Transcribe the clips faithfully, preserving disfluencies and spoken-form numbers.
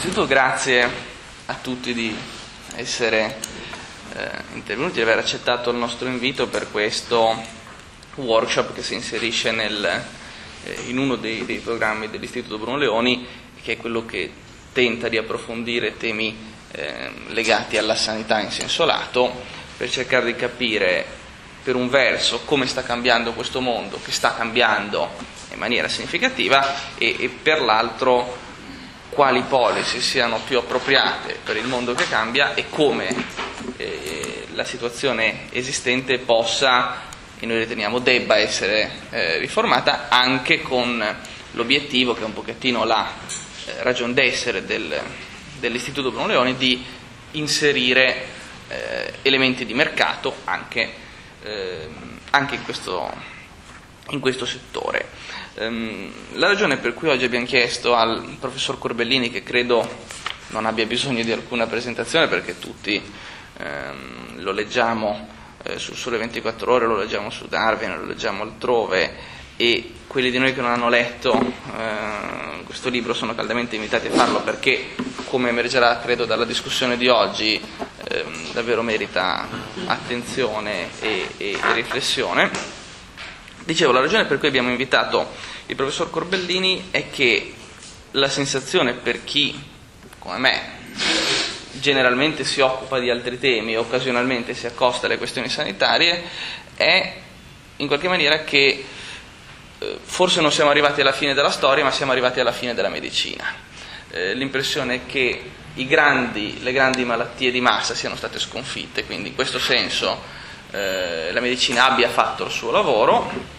Innanzitutto grazie a tutti di essere eh, intervenuti, di aver accettato il nostro invito per questo workshop che si inserisce nel, eh, in uno dei, dei programmi dell'Istituto Bruno Leoni, che è quello che tenta di approfondire temi eh, legati alla sanità in senso lato, per cercare di capire per un verso come sta cambiando questo mondo, che sta cambiando in maniera significativa, e, e per l'altro quali policy siano più appropriate per il mondo che cambia e come eh, la situazione esistente possa, e noi riteniamo debba essere eh, riformata, anche con l'obiettivo, che è un pochettino la eh, ragion d'essere del, dell'Istituto Bruno Leoni, di inserire eh, elementi di mercato anche, eh, anche in questo, in questo settore. La ragione per cui oggi abbiamo chiesto al professor Corbellini, che credo non abbia bisogno di alcuna presentazione perché tutti ehm, lo leggiamo eh, su Sole ventiquattro Ore, lo leggiamo su Darwin, lo leggiamo altrove, e quelli di noi che non hanno letto eh, questo libro sono caldamente invitati a farlo, perché, come emergerà credo dalla discussione di oggi, ehm, davvero merita attenzione e, e, e riflessione. Dicevo, la ragione per cui abbiamo invitato il professor Corbellini è che la sensazione per chi, come me, generalmente si occupa di altri temi e occasionalmente si accosta alle questioni sanitarie, è in qualche maniera che eh, forse non siamo arrivati alla fine della storia, ma siamo arrivati alla fine della medicina. Eh, l'impressione è che i grandi, le grandi malattie di massa siano state sconfitte, quindi in questo senso eh, la medicina abbia fatto il suo lavoro,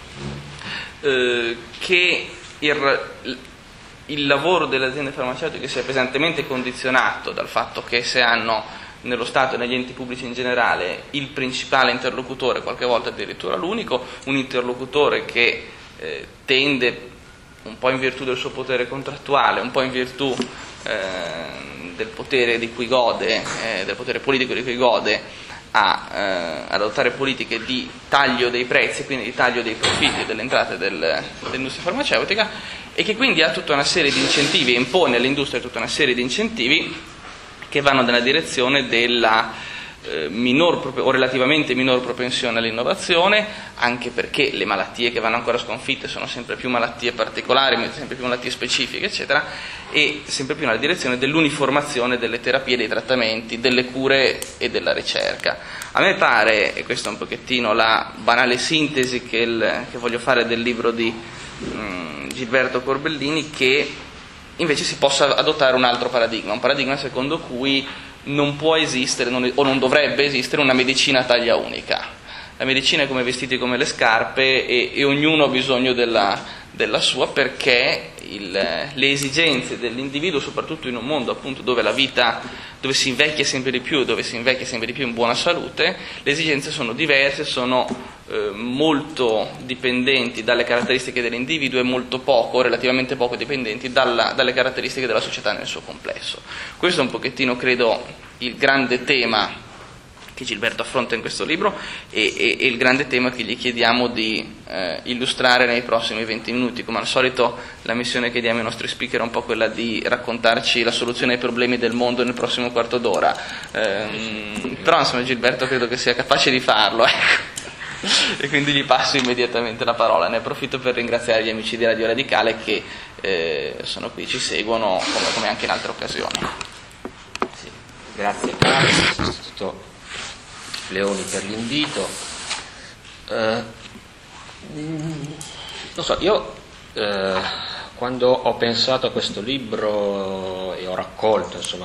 Eh, che il, il lavoro delle aziende farmaceutiche sia pesantemente condizionato dal fatto che se hanno nello Stato e negli enti pubblici in generale il principale interlocutore, qualche volta addirittura l'unico, un interlocutore che eh, tende, un po' in virtù del suo potere contrattuale, un po' in virtù eh, del potere di cui gode, eh, del potere politico di cui gode, a eh, adottare politiche di taglio dei prezzi, quindi di taglio dei profitti e delle entrate del, dell'industria farmaceutica, e che quindi ha tutta una serie di incentivi e impone all'industria tutta una serie di incentivi che vanno nella direzione della eh, minor o relativamente minor propensione all'innovazione, anche perché le malattie che vanno ancora sconfitte sono sempre più malattie particolari, sempre più malattie specifiche, eccetera, e sempre più nella direzione dell'uniformazione delle terapie, dei trattamenti, delle cure e della ricerca. A me pare, e questa è un pochettino la banale sintesi che, il, che voglio fare del libro di um, Gilberto Corbellini, che invece si possa adottare un altro paradigma, un paradigma secondo cui non può esistere non, o non dovrebbe esistere una medicina a taglia unica. La medicina è come vestiti, come le scarpe, e, e ognuno ha bisogno della, della sua, perché il, le esigenze dell'individuo, soprattutto in un mondo appunto dove la vita, dove si invecchia sempre di più, dove si invecchia sempre di più in buona salute, le esigenze sono diverse, sono eh, molto dipendenti dalle caratteristiche dell'individuo e molto poco, relativamente poco dipendenti dalla, dalle caratteristiche della società nel suo complesso. Questo è un pochettino, credo, il grande tema che Gilberto affronta in questo libro e, e, e il grande tema che gli chiediamo di eh, illustrare nei prossimi venti minuti. Come al solito la missione che diamo ai nostri speaker è un po' quella di raccontarci la soluzione ai problemi del mondo nel prossimo quarto d'ora, ehm, però insomma Gilberto credo che sia capace di farlo, ecco. E quindi gli passo immediatamente la parola. Ne approfitto per ringraziare gli amici di Radio Radicale che eh, sono qui, ci seguono come, come anche in altre occasioni. Sì, grazie Carlo, Leoni, per l'invito. Eh, non so, io eh, quando ho pensato a questo libro e ho raccolto insomma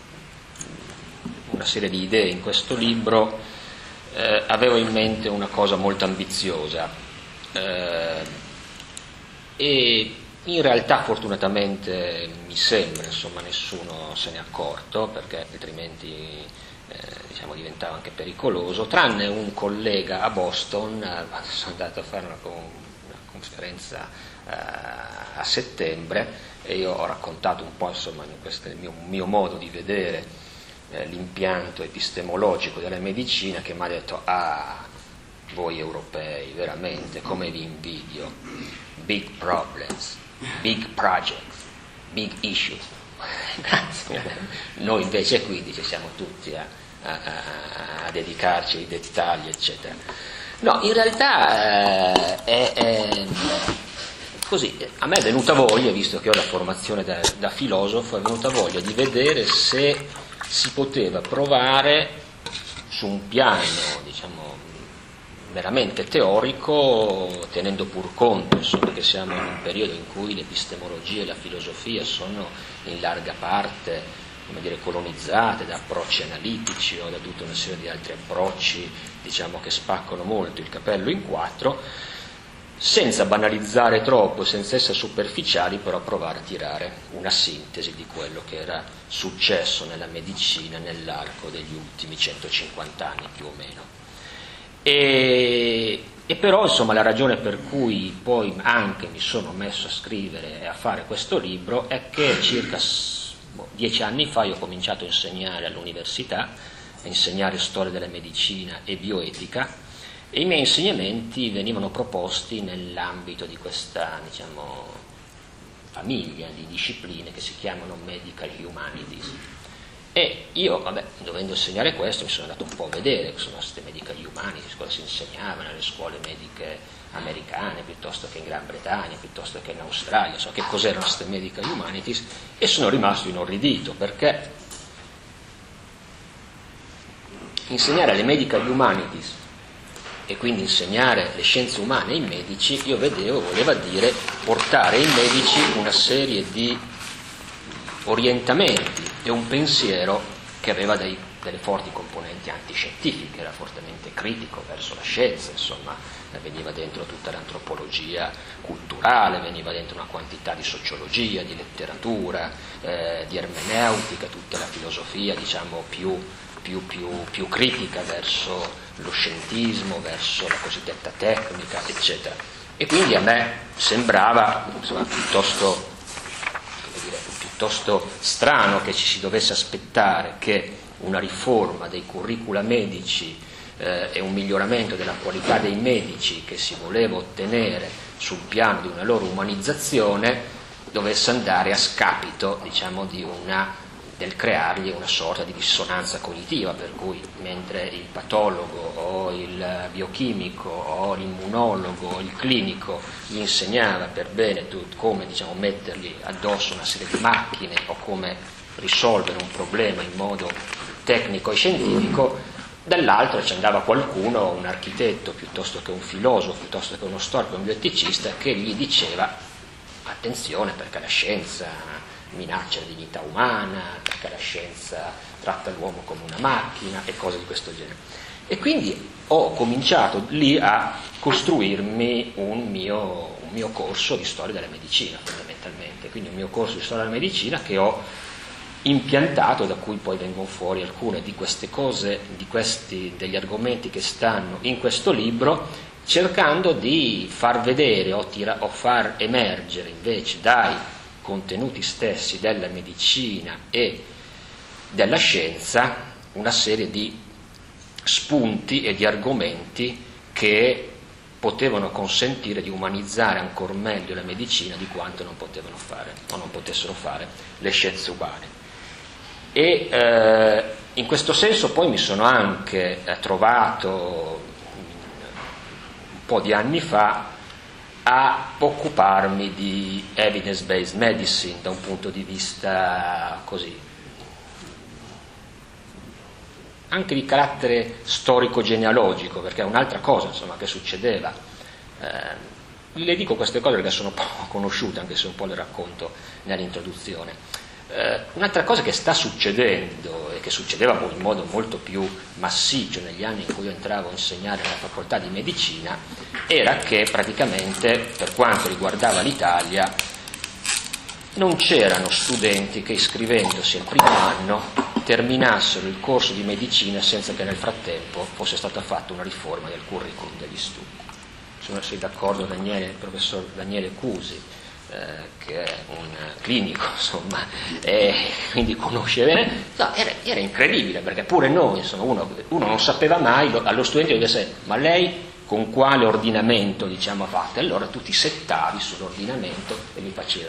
una serie di idee in questo libro, eh, avevo in mente una cosa molto ambiziosa eh, e in realtà fortunatamente mi sembra insomma nessuno se n'è accorto, perché altrimenti Eh, diciamo diventava anche pericoloso, tranne un collega a Boston. eh, sono andato a fare una, una conferenza eh, a settembre e io ho raccontato un po' insomma in questo il mio, mio modo di vedere eh, l'impianto epistemologico della medicina, che mi ha detto: ah, voi europei veramente come vi invidio, big problems, big projects, big issues. grazie. Noi invece qui dice, siamo tutti a, a, a, a dedicarci ai dettagli, eccetera. No, in realtà eh, è, è così, a me è venuta voglia, visto che ho la formazione da, da filosofo, è venuta voglia di vedere se si poteva provare su un piano, diciamo, meramente teorico, tenendo pur conto, insomma, che siamo in un periodo in cui l'epistemologia e la filosofia sono in larga parte, come dire, colonizzate da approcci analitici o da tutta una serie di altri approcci, diciamo, che spaccano molto il capello in quattro, senza banalizzare troppo, senza essere superficiali, però provare a tirare una sintesi di quello che era successo nella medicina nell'arco degli ultimi centocinquanta anni più o meno. E, e però, insomma, la ragione per cui poi anche mi sono messo a scrivere e a fare questo libro è che circa dieci anni fa io ho cominciato a insegnare all'università, a insegnare storia della medicina e bioetica, e i miei insegnamenti venivano proposti nell'ambito di questa, diciamo, famiglia di discipline che si chiamano Medical Humanities. E io, vabbè, dovendo insegnare questo, mi sono andato un po' a vedere cosa sono queste Medical Humanities, cosa si insegnava nelle scuole mediche americane, piuttosto che in Gran Bretagna, piuttosto che in Australia, so che cos'erano queste Medical Humanities, e sono rimasto inorridito, perché insegnare le Medical Humanities e quindi insegnare le scienze umane ai medici, io vedevo, voleva dire portare ai medici una serie di orientamenti e un pensiero che aveva dei, delle forti componenti antiscientifiche, era fortemente critico verso la scienza, insomma, veniva dentro tutta l'antropologia culturale, veniva dentro una quantità di sociologia, di letteratura, eh, di ermeneutica, tutta la filosofia, diciamo, più Più, più, più critica verso lo scientismo, verso la cosiddetta tecnica, eccetera. E quindi a me sembrava, insomma, piuttosto, come dire, piuttosto strano che ci si dovesse aspettare che una riforma dei curricula medici eh, e un miglioramento della qualità dei medici che si voleva ottenere sul piano di una loro umanizzazione dovesse andare a scapito, diciamo, di una del creargli una sorta di dissonanza cognitiva, per cui mentre il patologo o il biochimico o l'immunologo o il clinico gli insegnava per bene tut, come, diciamo, mettergli addosso una serie di macchine o come risolvere un problema in modo tecnico e scientifico, dall'altro ci andava qualcuno, un architetto piuttosto che un filosofo, piuttosto che uno storico, un bioeticista, che gli diceva attenzione perché la scienza minaccia la dignità umana, perché la scienza tratta l'uomo come una macchina e cose di questo genere. E quindi ho cominciato lì a costruirmi un mio, un mio corso di storia della medicina, fondamentalmente, quindi un mio corso di storia della medicina che ho impiantato, da cui poi vengono fuori alcune di queste cose, di questi, degli argomenti che stanno in questo libro, cercando di far vedere o, tira, o far emergere invece dai contenuti stessi della medicina e della scienza una serie di spunti e di argomenti che potevano consentire di umanizzare ancor meglio la medicina di quanto non potevano fare o non potessero fare le scienze umane. E eh, in questo senso poi mi sono anche eh, trovato un po' di anni fa a occuparmi di evidence-based medicine da un punto di vista così anche di carattere storico-genealogico, perché è un'altra cosa, insomma, che succedeva. Eh, le dico queste cose perché sono poco conosciute, anche se un po' le racconto nell'introduzione. Eh, un'altra cosa che sta succedendo e che succedeva in modo molto più massiccio negli anni in cui io entravo a insegnare nella facoltà di medicina era che praticamente per quanto riguardava l'Italia non c'erano studenti che iscrivendosi al primo anno terminassero il corso di medicina senza che nel frattempo fosse stata fatta una riforma del curriculum degli studi. Sono, sei d'accordo, Daniele, il professor Daniele Cusi, che è un clinico, insomma, e quindi conosce bene. No, era, era incredibile, perché pure noi, insomma, uno, uno non sapeva mai, allo studente doveva essere, ma lei con quale ordinamento, diciamo, ha fatto? E allora tu ti settavi sull'ordinamento e mi faceva. Cioè,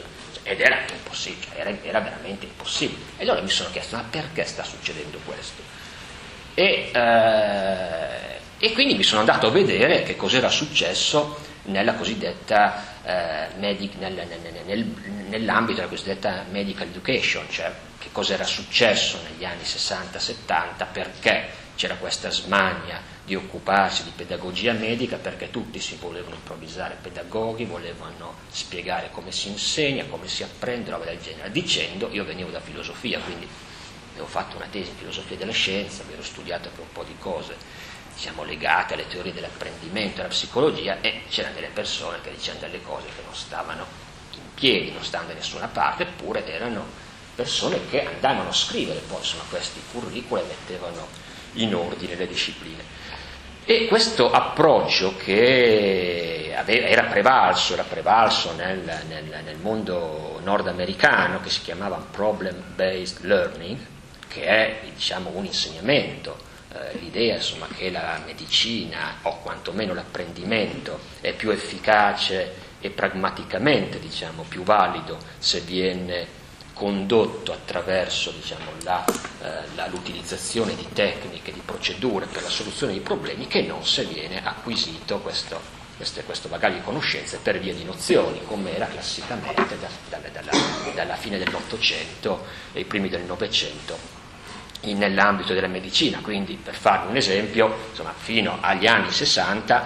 ed era impossibile, era, era veramente impossibile. E allora mi sono chiesto, ma perché sta succedendo questo? E, eh, e quindi mi sono andato a vedere che cos'era successo nella cosiddetta eh, medic, nel, nel, nel, nell'ambito della cosiddetta medical education, cioè che cos'era successo negli anni sessanta settanta, perché c'era questa smania di occuparsi di pedagogia medica, perché tutti si volevano improvvisare pedagoghi, volevano spiegare come si insegna, come si apprende, roba del genere, dicendo, io venivo da filosofia, quindi avevo fatto una tesi in filosofia della scienza, avevo studiato anche un po' di cose, diciamo, legate alle teorie dell'apprendimento, alla psicologia, e c'erano delle persone che dicevano delle cose che non stavano in piedi, non stavano da nessuna parte, eppure erano persone che andavano a scrivere poi insomma questi curricula e mettevano in ordine le discipline. E questo approccio che aveva, era prevalso, era prevalso nel, nel, nel mondo nordamericano, che si chiamava problem-based learning, che è, diciamo, un insegnamento, eh, l'idea insomma che la medicina o quantomeno l'apprendimento è più efficace e pragmaticamente, diciamo, più valido se viene condotto attraverso, diciamo, la, eh, la, l'utilizzazione di tecniche, di procedure per la soluzione dei problemi, che non se viene acquisito questo, questo, questo bagaglio di conoscenze per via di nozioni, come era classicamente da, da, dalla, dalla fine dell'Ottocento e i primi del Novecento nell'ambito della medicina. Quindi, per farvi un esempio, insomma, fino agli anni sessanta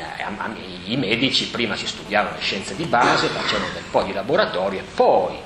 i medici prima si studiavano le scienze di base, facevano un po' di laboratorio e poi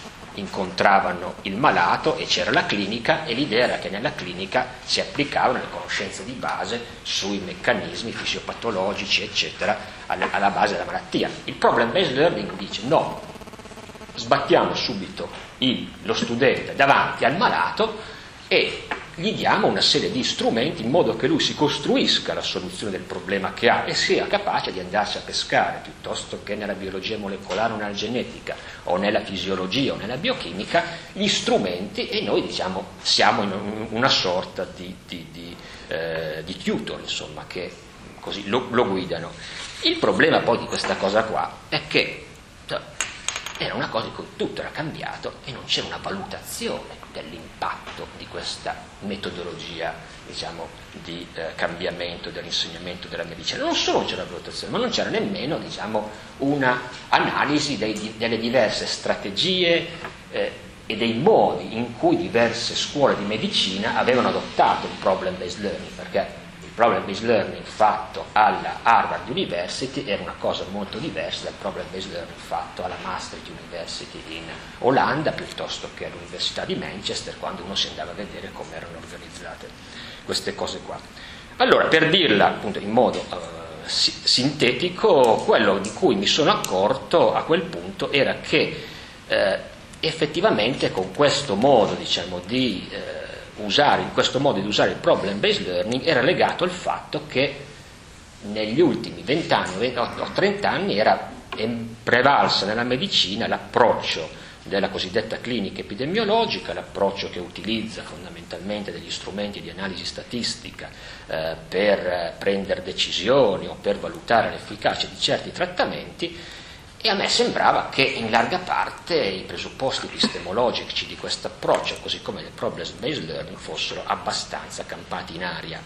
incontravano il malato e c'era la clinica, e l'idea era che nella clinica si applicavano le conoscenze di base sui meccanismi fisiopatologici eccetera alla, alla base della malattia. Il problem based learning dice no, sbattiamo subito il, lo studente davanti al malato e gli diamo una serie di strumenti in modo che lui si costruisca la soluzione del problema che ha e sia capace di andarsi a pescare, piuttosto che nella biologia molecolare o nella genetica o nella fisiologia o nella biochimica, gli strumenti, e noi, diciamo, siamo in una sorta di, di, di, eh, di tutor, insomma, che così lo, lo guidano. Il problema poi di questa cosa qua è che cioè, era una cosa in cui tutto era cambiato e non c'era una valutazione dell'impatto di questa metodologia, diciamo, di eh, cambiamento dell'insegnamento della medicina. Non solo non c'era la valutazione, ma non c'era nemmeno, diciamo, una analisi dei, delle diverse strategie eh, e dei modi in cui diverse scuole di medicina avevano adottato il problem-based learning, perché il problem-based learning fatto alla Harvard University era una cosa molto diversa dal problem-based learning fatto alla Maastricht University in Olanda, piuttosto che all'Università di Manchester, quando uno si andava a vedere come erano organizzate queste cose qua. Allora, per dirla appunto in modo uh, si- sintetico, quello di cui mi sono accorto a quel punto era che eh, effettivamente con questo modo, diciamo, di eh, usare, in questo modo di usare il problem-based learning era legato al fatto che negli ultimi vent'anni o trent'anni era prevalsa nella medicina l'approccio della cosiddetta clinica epidemiologica, l'approccio che utilizza fondamentalmente degli strumenti di analisi statistica eh, per prendere decisioni o per valutare l'efficacia di certi trattamenti. E a me sembrava che in larga parte i presupposti epistemologici di questo approccio, così come del problem-based learning, fossero abbastanza campati in aria.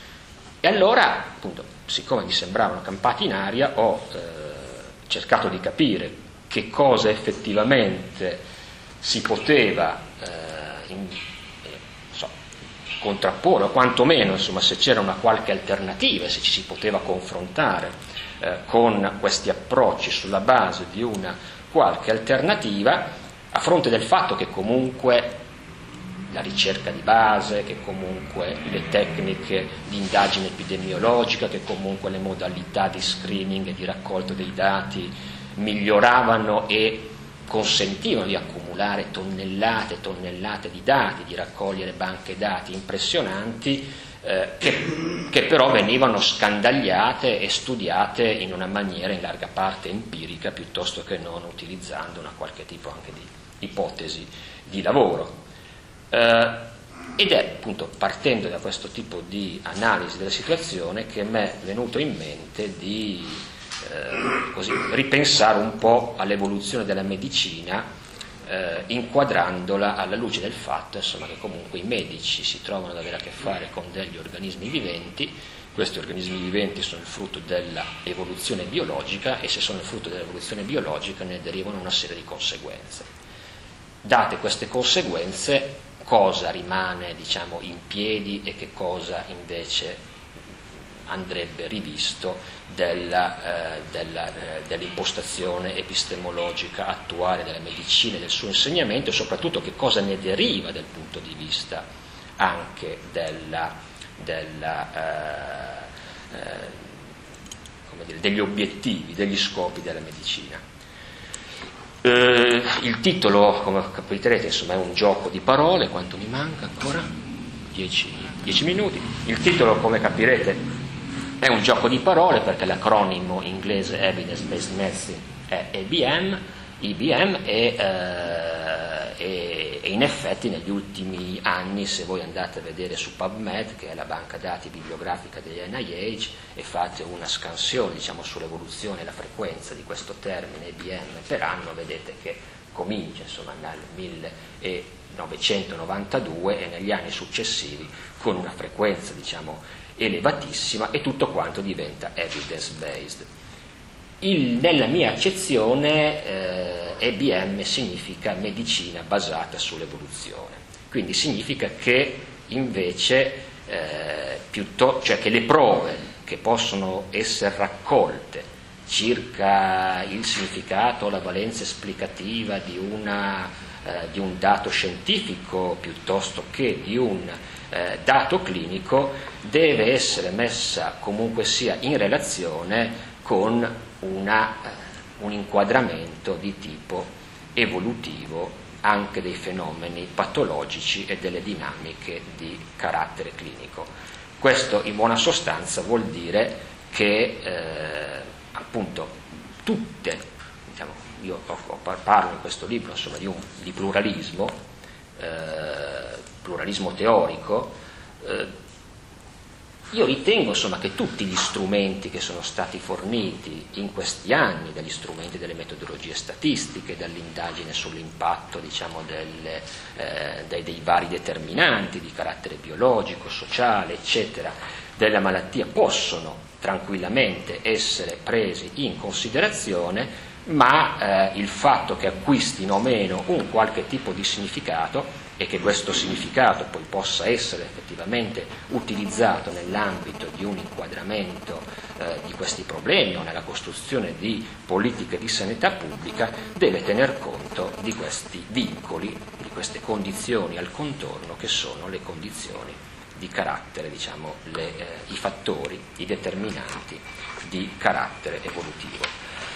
E allora, appunto, siccome mi sembravano campati in aria, ho eh, cercato di capire che cosa effettivamente si poteva eh, in, eh, so, contrapporre, o quantomeno, insomma, se c'era una qualche alternativa, se ci si poteva confrontare con questi approcci sulla base di una qualche alternativa, a fronte del fatto che comunque la ricerca di base, che comunque le tecniche di indagine epidemiologica, che comunque le modalità di screening e di raccolta dei dati miglioravano e consentivano di accumulare tonnellate e tonnellate di dati, di raccogliere banche dati impressionanti, Eh, che, che però venivano scandagliate e studiate in una maniera in larga parte empirica, piuttosto che non utilizzando una qualche tipo anche di ipotesi di lavoro. Eh, ed è appunto partendo da questo tipo di analisi della situazione che mi è venuto in mente di eh, così, ripensare un po' all'evoluzione della medicina, Eh, inquadrandola alla luce del fatto, insomma, che comunque i medici si trovano ad avere a che fare con degli organismi viventi. Questi organismi viventi sono il frutto dell'evoluzione biologica e se sono il frutto dell'evoluzione biologica ne derivano una serie di conseguenze. Date queste conseguenze, cosa rimane, diciamo, in piedi e che cosa invece andrebbe rivisto della, eh, della, eh, dell'impostazione epistemologica attuale della medicina e del suo insegnamento, e soprattutto che cosa ne deriva dal punto di vista anche della, della, eh, eh, come dire, degli obiettivi, degli scopi della medicina. Eh, il titolo, come capiterete, insomma, è un gioco di parole. Quanto mi manca ancora? dieci minuti. Il titolo, come capirete, è un gioco di parole perché l'acronimo inglese Evidence Based Medicine è E B M, I B M e, eh, e, e in effetti negli ultimi anni, se voi andate a vedere su PubMed, che è la banca dati bibliografica degli N I H, e fate una scansione, diciamo, sull'evoluzione e la frequenza di questo termine E B M per anno, vedete che comincia, insomma, nel millenovecentonovantadue e negli anni successivi con una frequenza, diciamo, elevatissima, e tutto quanto diventa evidence based. Il, nella mia accezione eh, E B M significa medicina basata sull'evoluzione, quindi significa che invece eh, piuttosto, cioè che le prove che possono essere raccolte circa il significato o la valenza esplicativa di, una, eh, di un dato scientifico piuttosto che di un eh, dato clinico deve essere messa comunque sia in relazione con una, eh, un inquadramento di tipo evolutivo anche dei fenomeni patologici e delle dinamiche di carattere clinico. Questo in buona sostanza vuol dire che eh, appunto tutte, diciamo, io parlo in questo libro, insomma, di, un, di pluralismo, eh, pluralismo teorico, eh, io ritengo, insomma, che tutti gli strumenti che sono stati forniti in questi anni, dagli strumenti delle metodologie statistiche, dall'indagine sull'impatto, diciamo, delle, eh, dei, dei vari determinanti di carattere biologico, sociale, eccetera, della malattia, possono tranquillamente essere presi in considerazione, ma eh, il fatto che acquistino o meno un qualche tipo di significato e che questo significato poi possa essere effettivamente utilizzato nell'ambito di un inquadramento eh, di questi problemi o nella costruzione di politiche di sanità pubblica, deve tener conto di questi vincoli, di queste condizioni al contorno che sono le condizioni di carattere, diciamo, le, eh, i fattori, i determinanti di carattere evolutivo.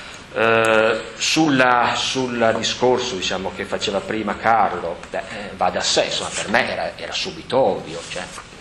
Uh, sulla, sul discorso, diciamo, che faceva prima Carlo, beh, eh, va da sé, insomma, per me era, era subito ovvio, cioè,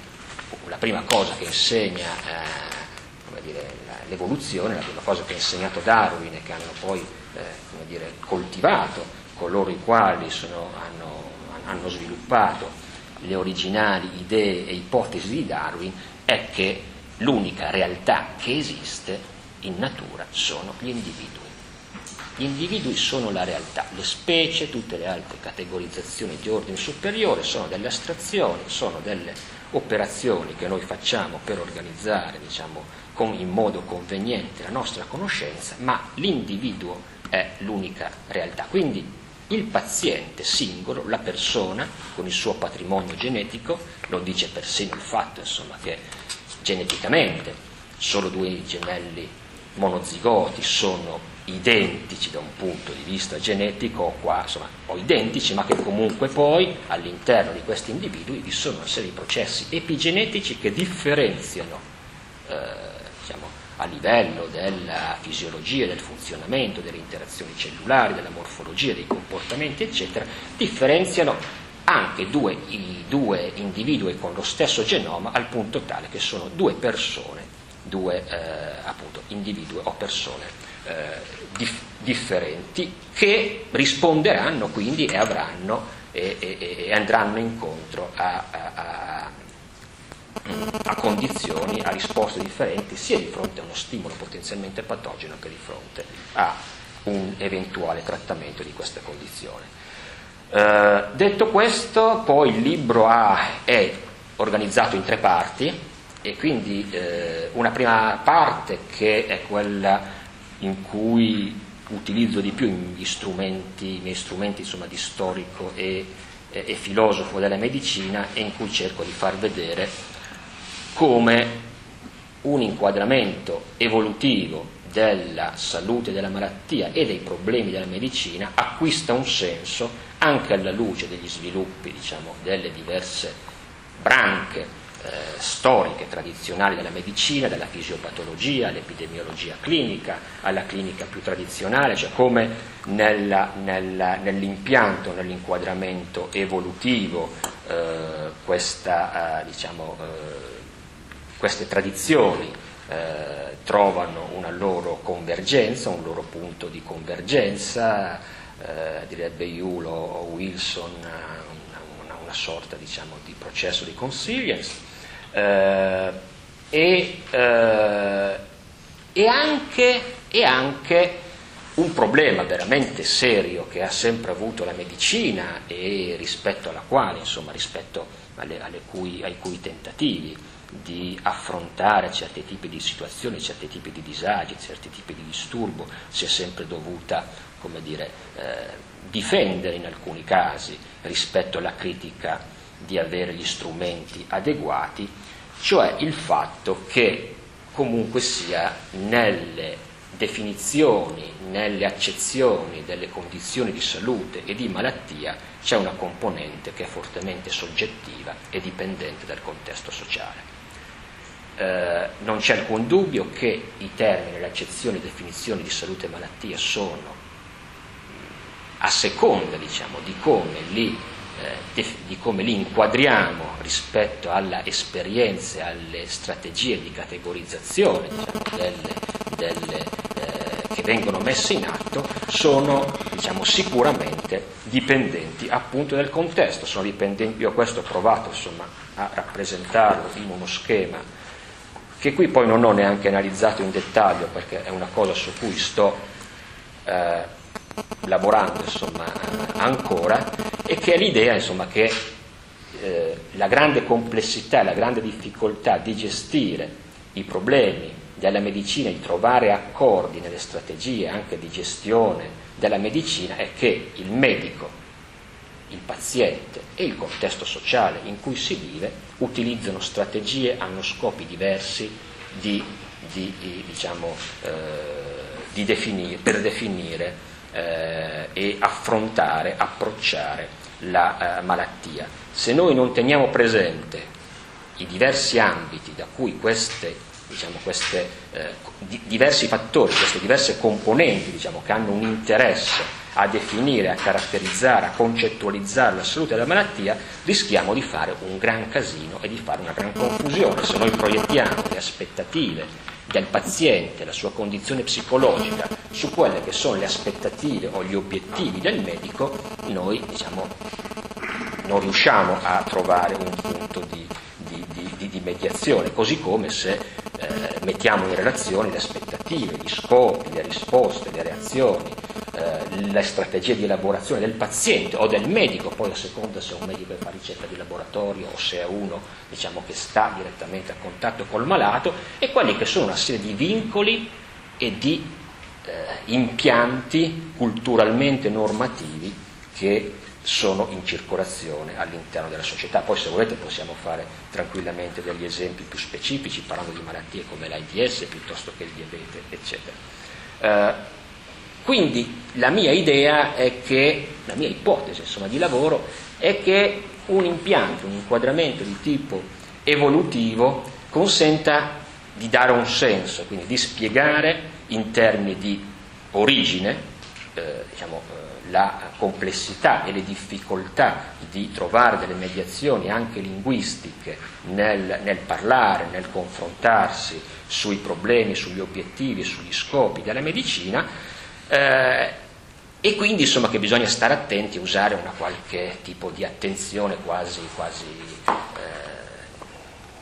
la prima cosa che insegna eh, come dire, l'evoluzione, la prima cosa che ha insegnato Darwin e che hanno poi eh, come dire, coltivato coloro i quali sono, hanno, hanno sviluppato le originali idee e ipotesi di Darwin, è che l'unica realtà che esiste in natura sono gli individui. Gli individui sono la realtà, le specie, tutte le altre categorizzazioni di ordine superiore sono delle astrazioni, sono delle operazioni che noi facciamo per organizzare, diciamo, con, in modo conveniente la nostra conoscenza, ma l'individuo è l'unica realtà. Quindi il paziente singolo, la persona con il suo patrimonio genetico, lo dice persino il fatto, insomma, che geneticamente solo due gemelli monozigoti sono identici da un punto di vista genetico, qua, insomma, o identici, ma che comunque poi all'interno di questi individui vi sono una serie di processi epigenetici che differenziano eh, diciamo, a livello della fisiologia, del funzionamento, delle interazioni cellulari, della morfologia, dei comportamenti, eccetera, differenziano anche due, i due individui con lo stesso genoma, al punto tale che sono due persone, due eh, appunto individui o persone Eh, dif- differenti, che risponderanno quindi e avranno e, e, e andranno incontro a, a, a, a condizioni, a risposte differenti, sia di fronte a uno stimolo potenzialmente patogeno che di fronte a un eventuale trattamento di questa condizione. Eh, detto questo, poi il libro ha, è organizzato in tre parti, e quindi eh, una prima parte che è quella in cui utilizzo di più gli strumenti, i miei strumenti insomma, di storico e, e, e filosofo della medicina, e in cui cerco di far vedere come un inquadramento evolutivo della salute, della malattia e dei problemi della medicina acquista un senso anche alla luce degli sviluppi, diciamo, delle diverse branche eh, storiche, tradizionali della medicina, dalla fisiopatologia all'epidemiologia clinica, alla clinica più tradizionale, cioè come nella, nella, nell'impianto, nell'inquadramento evolutivo eh, questa, eh, diciamo, eh, queste tradizioni eh, trovano una loro convergenza, un loro punto di convergenza, eh, direbbe Yulo o Wilson, una, una, una sorta, diciamo, di processo di consilience, eh, e, eh, e, anche, e anche un problema veramente serio che ha sempre avuto la medicina e rispetto alla quale, insomma, rispetto alle, alle cui, ai cui tentativi di affrontare certi tipi di situazioni, certi tipi di disagi, certi tipi di disturbo, si è sempre dovuta, come dire, eh, difendere in alcuni casi rispetto alla critica di avere gli strumenti adeguati, cioè il fatto che comunque sia nelle definizioni, nelle accezioni delle condizioni di salute e di malattia c'è una componente che è fortemente soggettiva e dipendente dal contesto sociale. Eh, non c'è alcun dubbio che i termini, le accezioni e definizioni di salute e malattia sono, a seconda, diciamo, di come li, eh, def- di come li inquadriamo rispetto alla esperienza e alle strategie di categorizzazione, diciamo, delle, delle, eh, che vengono messe in atto, sono, diciamo, sicuramente dipendenti appunto dal contesto, sono dipendenti. Io questo ho provato, insomma, a rappresentarlo in uno schema che qui poi non ho neanche analizzato in dettaglio, perché è una cosa su cui sto eh, lavorando, insomma, ancora, e che è l'idea, insomma, che eh, la grande complessità, la grande difficoltà di gestire i problemi della medicina, di trovare accordi nelle strategie anche di gestione della medicina, è che il medico, il paziente e il contesto sociale in cui si vive utilizzano strategie, hanno scopi diversi di, di, di, diciamo, eh, di definire, per definire eh, e affrontare, approcciare la eh, malattia. Se noi non teniamo presente i diversi ambiti da cui queste, diciamo, queste eh, di, diversi fattori, queste diverse componenti, diciamo, che hanno un interesse a definire, a caratterizzare, a concettualizzare la salute della malattia, rischiamo di fare un gran casino e di fare una gran confusione. Se noi proiettiamo le aspettative del paziente, la sua condizione psicologica, su quelle che sono le aspettative o gli obiettivi del medico, noi, diciamo, non riusciamo a trovare un punto di, di, di, di mediazione, così come se eh, mettiamo in relazione le aspettative, gli scopi, le risposte, le reazioni, le strategie di elaborazione del paziente o del medico, poi a seconda se è un medico che fa ricetta di laboratorio o se è uno, diciamo, che sta direttamente a contatto col malato, e quelli che sono una serie di vincoli e di eh, impianti culturalmente normativi che sono in circolazione all'interno della società. Poi, se volete, possiamo fare tranquillamente degli esempi più specifici parlando di malattie come l'AIDS piuttosto che il diabete, eccetera. Eh, Quindi la mia idea è che, la mia ipotesi, insomma, di lavoro è che un impianto, un inquadramento di tipo evolutivo consenta di dare un senso, quindi di spiegare in termini di origine eh, diciamo, eh, la complessità e le difficoltà di trovare delle mediazioni anche linguistiche nel, nel parlare, nel confrontarsi sui problemi, sugli obiettivi e sugli scopi della medicina. Eh, e quindi, insomma, che bisogna stare attenti a usare una qualche tipo di attenzione quasi, quasi eh,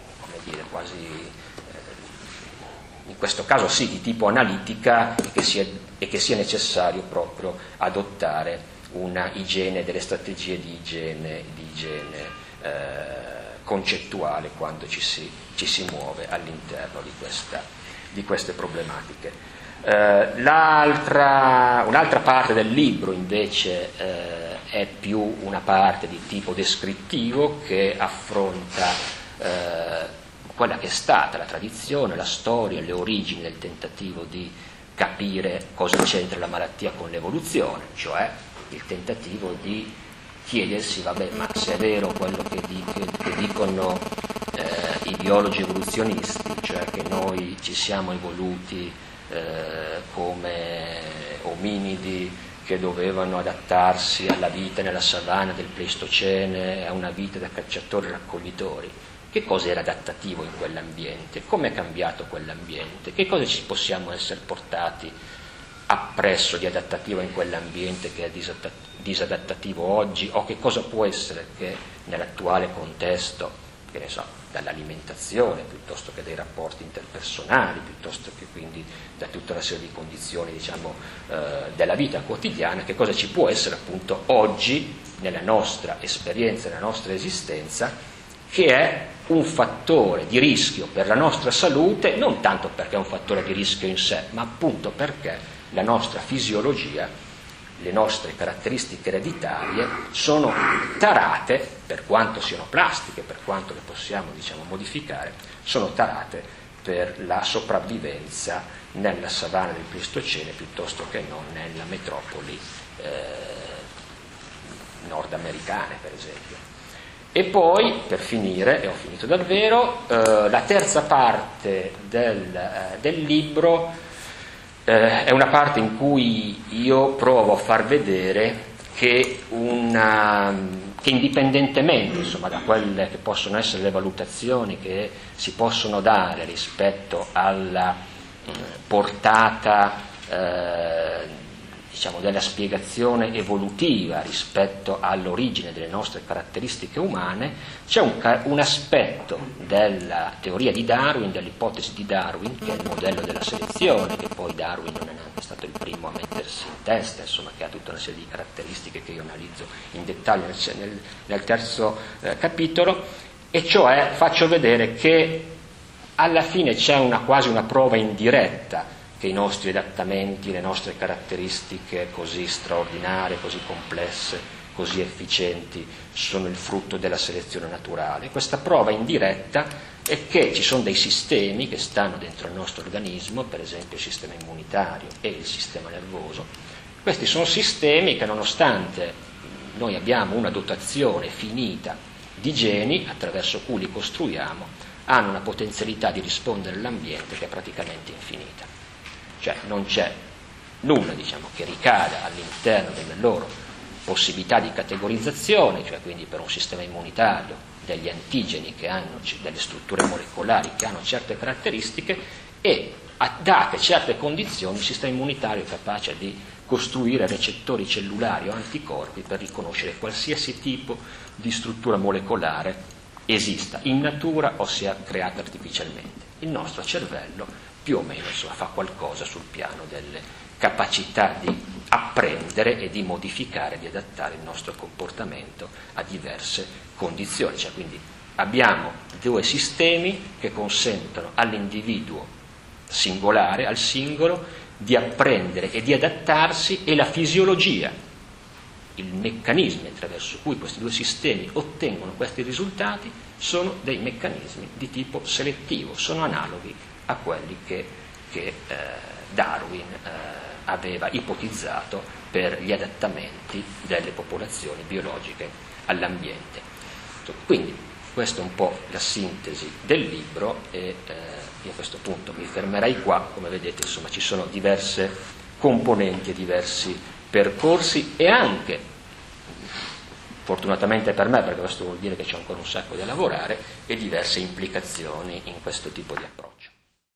dire, quasi eh, in questo caso sì di tipo analitica, e che sia, e che sia necessario proprio adottare una igiene, delle strategie di igiene, di igiene eh, concettuale quando ci si, ci si muove all'interno di, questa, di queste problematiche. Eh, l'altra, un'altra parte del libro invece eh, è più una parte di tipo descrittivo, che affronta eh, quella che è stata la tradizione, la storia, le origini del tentativo di capire cosa c'entra la malattia con l'evoluzione, cioè il tentativo di chiedersi, vabbè, ma se è vero quello che, di, che, che dicono eh, i biologi evoluzionisti, cioè che noi ci siamo evoluti eh, come ominidi che dovevano adattarsi alla vita nella savana del Pleistocene, a una vita da cacciatori e raccoglitori, che cosa era adattativo in quell'ambiente, come è cambiato quell'ambiente, che cosa ci possiamo essere portati appresso di adattativo in quell'ambiente che è disadattativo oggi, o che cosa può essere che nell'attuale contesto, che ne so, dall'alimentazione piuttosto che dai rapporti interpersonali, piuttosto che quindi da tutta una serie di condizioni, diciamo, eh, della vita quotidiana, che cosa ci può essere appunto oggi nella nostra esperienza, nella nostra esistenza, che è un fattore di rischio per la nostra salute, non tanto perché è un fattore di rischio in sé, ma appunto perché la nostra fisiologia, le nostre caratteristiche ereditarie sono tarate, per quanto siano plastiche, per quanto le possiamo, diciamo, modificare, sono tarate per la sopravvivenza nella savana del Pleistocene piuttosto che non nella metropoli eh, nordamericane, per esempio. E poi, per finire, e ho finito davvero, eh, la terza parte del, eh, del libro eh, è una parte in cui io provo a far vedere che, una, che indipendentemente, insomma, da quelle che possono essere le valutazioni che si possono dare rispetto alla eh, portata eh, diciamo, della spiegazione evolutiva rispetto all'origine delle nostre caratteristiche umane, c'è un, un aspetto della teoria di Darwin, dell'ipotesi di Darwin, che è il modello della selezione, che poi Darwin non è neanche stato il primo a mettersi in testa, insomma, che ha tutta una serie di caratteristiche che io analizzo in dettaglio nel, nel, nel terzo eh, capitolo, e cioè faccio vedere che alla fine c'è una, quasi una prova indiretta che i nostri adattamenti, le nostre caratteristiche così straordinarie, così complesse, così efficienti, sono il frutto della selezione naturale. Questa prova indiretta è che ci sono dei sistemi che stanno dentro il nostro organismo, per esempio il sistema immunitario e il sistema nervoso. Questi sono sistemi che, nonostante noi abbiamo una dotazione finita di geni attraverso cui li costruiamo, hanno una potenzialità di rispondere all'ambiente che è praticamente infinita. Cioè non c'è nulla, diciamo, che ricada all'interno delle loro possibilità di categorizzazione, cioè quindi per un sistema immunitario degli antigeni che hanno delle strutture molecolari che hanno certe caratteristiche, e date certe condizioni il sistema immunitario è capace di costruire recettori cellulari o anticorpi per riconoscere qualsiasi tipo di struttura molecolare esista in natura o sia creata artificialmente. Il nostro cervello più o meno, insomma, fa qualcosa sul piano delle capacità di apprendere e di modificare, di adattare il nostro comportamento a diverse condizioni. Cioè, quindi abbiamo due sistemi che consentono all'individuo singolare, al singolo, di apprendere e di adattarsi, e la fisiologia, i meccanismi attraverso cui questi due sistemi ottengono questi risultati sono dei meccanismi di tipo selettivo, sono analoghi a quelli che, che eh, Darwin eh, aveva ipotizzato per gli adattamenti delle popolazioni biologiche all'ambiente. Quindi questa è un po' la sintesi del libro, e eh, io a questo punto mi fermerei qua. Come vedete, insomma, ci sono diverse componenti e diversi percorsi, e anche, fortunatamente per me, perché questo vuol dire che c'è ancora un sacco da lavorare, e diverse implicazioni in questo tipo di approccio.